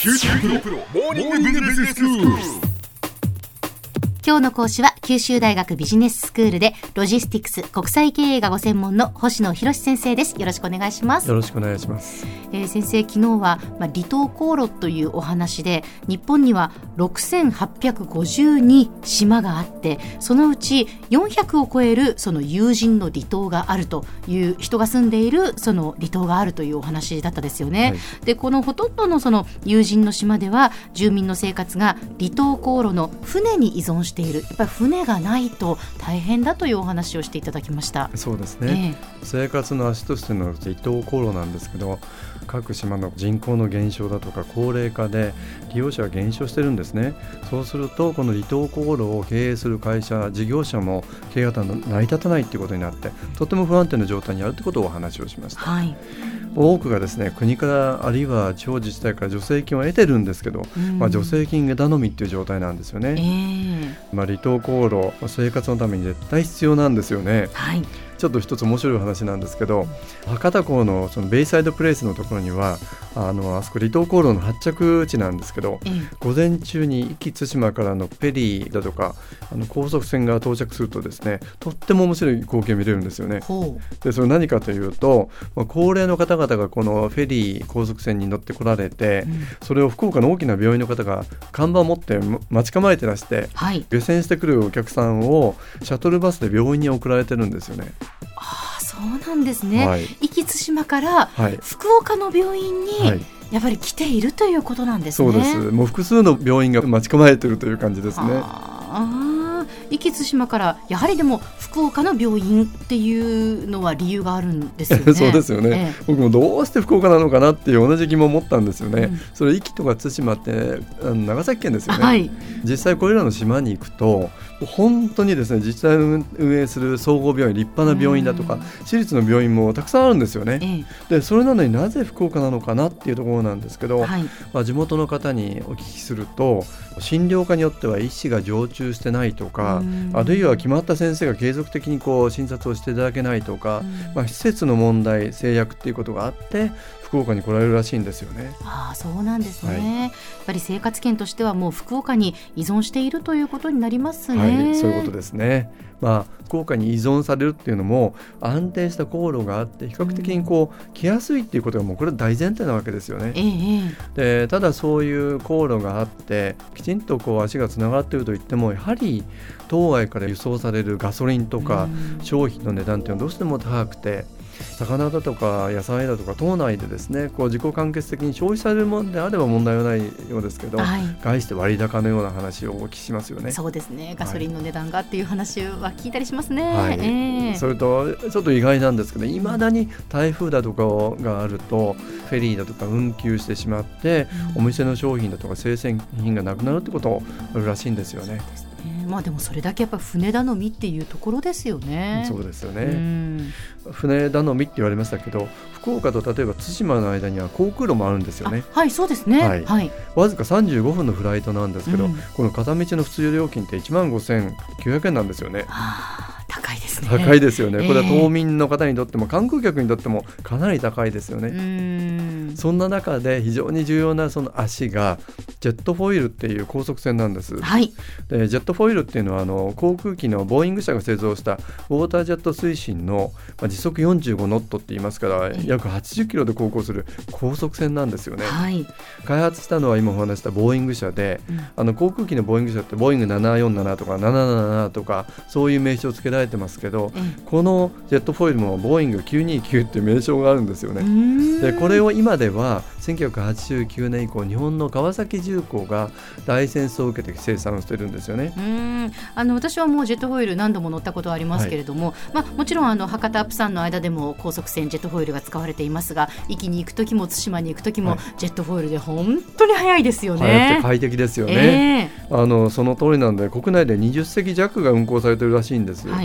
九州大学モーニングビジネススクール。 今日の講師は九州大学ビジネススクールでロジスティクス国際経営がご専門の星野博先生です。よろしくお願いします。 よろしくお願いします。 先生、昨日は、離島航路というお話で、日本には6852島があって、そのうち400を超えるその有人の離島があるという人が住んでいるその離島があるというお話だったですよね、はい、でこのほとんどのその有人の島では住民の生活が離島航路の船に依存している。やっぱり船がないと大変だというお話をしていただきました。 そうですね、生活の足としての離島航路なんですけど、各島の人口の減少だとか高齢化で利用者が減少してるんですね。そうするとこの離島航路を経営する会社事業者も経営が成り立たないということになって、とても不安定な状態にあるということをお話をしました、はい、多くがですね、国からあるいは地方自治体から助成金を得てるんですけど、助成金頼みっていう状態なんですよね、離島航路生活のために絶対必要なんですよね、はい。ちょっと一つ面白い話なんですけど、博多港のそのベイサイドプレイスのところにはあそこ離島航路の発着地なんですけど、午前中に壱岐対馬からのフェリーだとか高速船が到着するとですね、とっても面白い光景を見れるんですよね。でそれ何かというと、高齢の方々がこのフェリー高速船に乗ってこられて、それを福岡の大きな病院の方が看板を持って待ち構えてらして、はい、下船してくるお客さんをシャトルバスで病院に送られてるんですよね。 そうなんですね、はい、壱岐対馬から福岡の病院にやっぱり来ているということなんですね、 そうです。もう複数の病院が待ち構えているという感じですね。 壱岐対馬からやはりでも福岡の病院っていうのは理由があるんですよね。 そうですよね、僕もどうして福岡なのかなっていう同じ疑問を持ったんですよね、それ壱岐とか対馬って長崎県ですよね、はい、実際これらの島に行くと本当にですね、自治体の運営する総合病院、立派な病院だとか私立の病院もたくさんあるんですよね、でそれなのになぜ福岡なのかなっていうところなんですけど、はい、地元の方にお聞きすると、診療科によっては医師が常駐してないとか、あるいは決まった先生が継続的に診察をしていただけないとか、施設の問題制約っていうことがあって福岡に来られるらしいんですよね。 そうなんですね、はい、やっぱり生活圏としてはもう福岡に依存しているということになりますね、 はい、そういうことですね。福岡に依存されるっていうのも安定した航路があって比較的に来やすいっていうことがもうこれは大前提なわけですよね、でただそういう航路があってきちんと足がつながっているといっても、やはり島外から輸送されるガソリンとか商品の値段っていうのはどうしても高くて、魚だとか野菜だとか島内でですね自己完結的に消費されるものであれば問題はないようですけど、はい、概して割高のような話をお聞きしますよね。 そうですね、ガソリンの値段がっていう話は聞いたりしますね、 はい、それとちょっと意外なんですけど、いまだに台風だとかがあるとフェリーだとか運休してしまって、お店の商品だとか生鮮品がなくなるってこともあるらしいんですよね。 でもそれだけやっぱ船頼みっていうところですよね。 そうですよね、船頼みって言われましたけど、福岡と例えば対馬の間には航空路もあるんですよね。 はい、そうですね、はいはい、 わずか35分のフライトなんですけど、この片道の普通料金って15,900円なんですよね。 高いですね。 高いですよね。これは島民の方にとっても観光客にとってもかなり高いですよね。そんな中で非常に重要なその足がジェットフォイルっていう高速船なんです、はい、でジェットフォイルっていうのは航空機のボーイング社が製造したウォータージェット推進の時速45ノットって言いますから、約80キロで航行する高速船なんですよね、はい、開発したのは今お話したボーイング社で、航空機のボーイング社ってボーイング747とか777とかそういう名称を付けられてますけど、このジェットフォイルもボーイング929っていう名称があるんですよね。でこれを今では1989年以降日本の川崎重工がライセンスを受けて生産をしてるんですよね。 私はもうジェットフォイル何度も乗ったことはありますけれども、もちろん博多プサンの間でも高速船ジェットフォイルが使われていますが、壱岐に行くときも対馬に行くときもジェットフォイルで本当に早いですよね。 早くて快適ですよね、その通りなんで国内で20隻弱が運航されてるらしいんです、例えば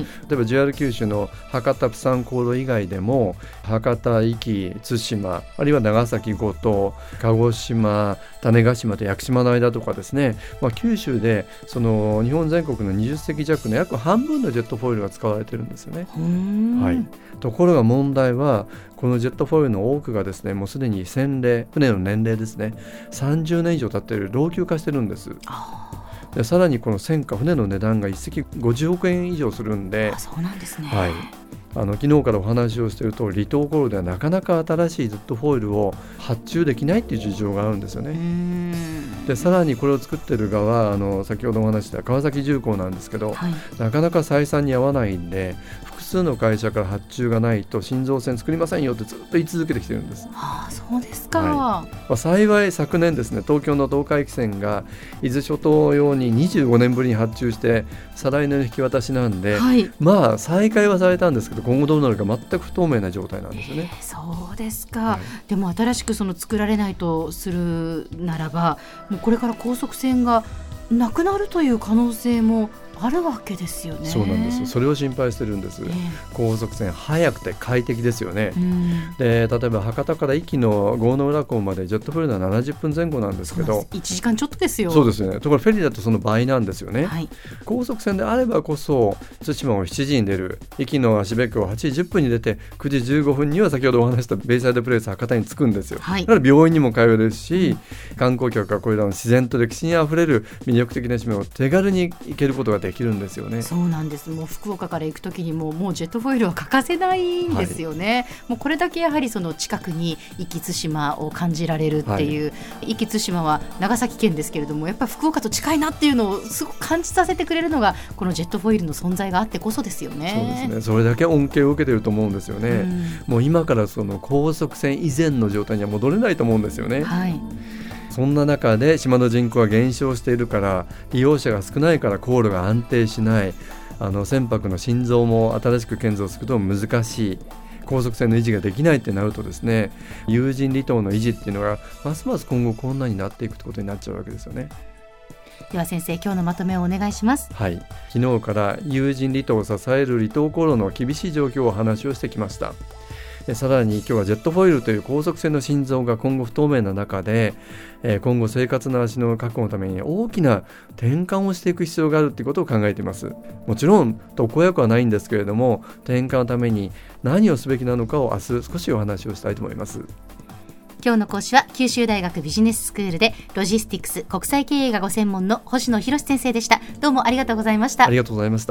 JR 九州の博多プサン航路以外でも博多、壱岐、対馬、あるいは長崎、五島、鹿児島、種子島と屋久島の間とかですね、九州でその日本全国の20隻弱の約半分のジェットフォイルが使われてるんですよね。はい、ところが問題はこのジェットフォイルの多くがですね、もうすでに船齢、船の年齢ですね、30年以上経っている老朽化してるんです。でさらにこの船価、船の値段が1隻50億円以上するんで、 そうなんですね。 はい、昨日からお話をしていると離島航路ではなかなか新しいジェットフォイルを発注できないっていう事情があるんですよね。でさらにこれを作っている側、先ほどお話した川崎重工なんですけど、なかなか採算に合わないんで複数の会社から発注がないと新造船作りませんよってずっと言い続けてきてるんです。 そうですか。 幸い昨年ですね、東京の東海汽船が伊豆諸島用に25年ぶりに発注して再来年の引き渡しなんで、再開はされたんですけど今後どうなるか全く不透明な状態なんですよね。 そうですか。でも新しく作られないとするならば、もうこれから高速船がなくなるという可能性もあるわけですよね。 そうなんです。それを心配してるんです。高速船早くて快適ですよね。で例えば博多から壱岐の郷ノ浦港までジェットフォイルは70分前後なんですけど、 1時間ちょっとですよ。 そうですね。ところフェリーだとその倍なんですよね。高速船であればこそ対馬を7時に出る、壱岐の芦別を8時10分に出て9時15分には先ほどお話したベイサイドプレイス博多に着くんですよ。だから病院にも通えるし、観光客がこれらの自然と歴史にあふれる魅力的な島を手軽に行けることができるんですよね。 そうなんです。もう福岡から行くときにもうジェットフォイルは欠かせないんですよね。もうこれだけやはりその近くに壱岐対馬を感じられるっていう、壱岐対馬は長崎県ですけれどもやっぱり福岡と近いなっていうのをすごく感じさせてくれるのがこのジェットフォイルの存在があってこそですよね。 そうですね。それだけ恩恵を受けていると思うんですよね。もう今からその高速船以前の状態には戻れないと思うんですよね。そんな中で島の人口が減少しているから、利用者が少ないから航路が安定しない、船舶の新造も新しく建造すると難しい、高速船の維持ができないってなるとですね、有人離島の維持っていうのがますます今後困難になっていくってことになっちゃうわけですよね。 では先生、今日のまとめをお願いします。 昨日から有人離島を支える離島航路の厳しい状況をお話をしてきました。さらに今日はジェットフォイルという高速船の新造が今後不透明な中で、今後生活の足の確保のために大きな転換をしていく必要があるということを考えています。もちろん特効薬はないんですけれども、転換のために何をすべきなのかを明日少しお話をしたいと思います。 今日の講師は九州大学ビジネススクールでロジスティクス国際経営がご専門の星野博先生でした。どうもありがとうございました。 ありがとうございました。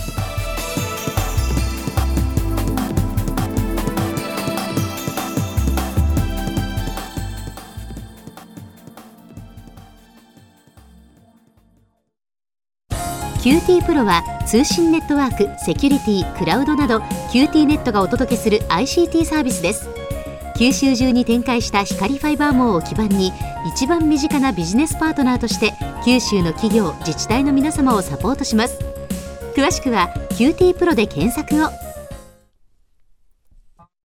QT プロは通信ネットワーク、セキュリティ、クラウドなど QT ネットがお届けする ICT サービスです。九州中に展開した光ファイバー網を基盤に一番身近なビジネスパートナーとして九州の企業、自治体の皆様をサポートします。詳しくは QT プロで検索を。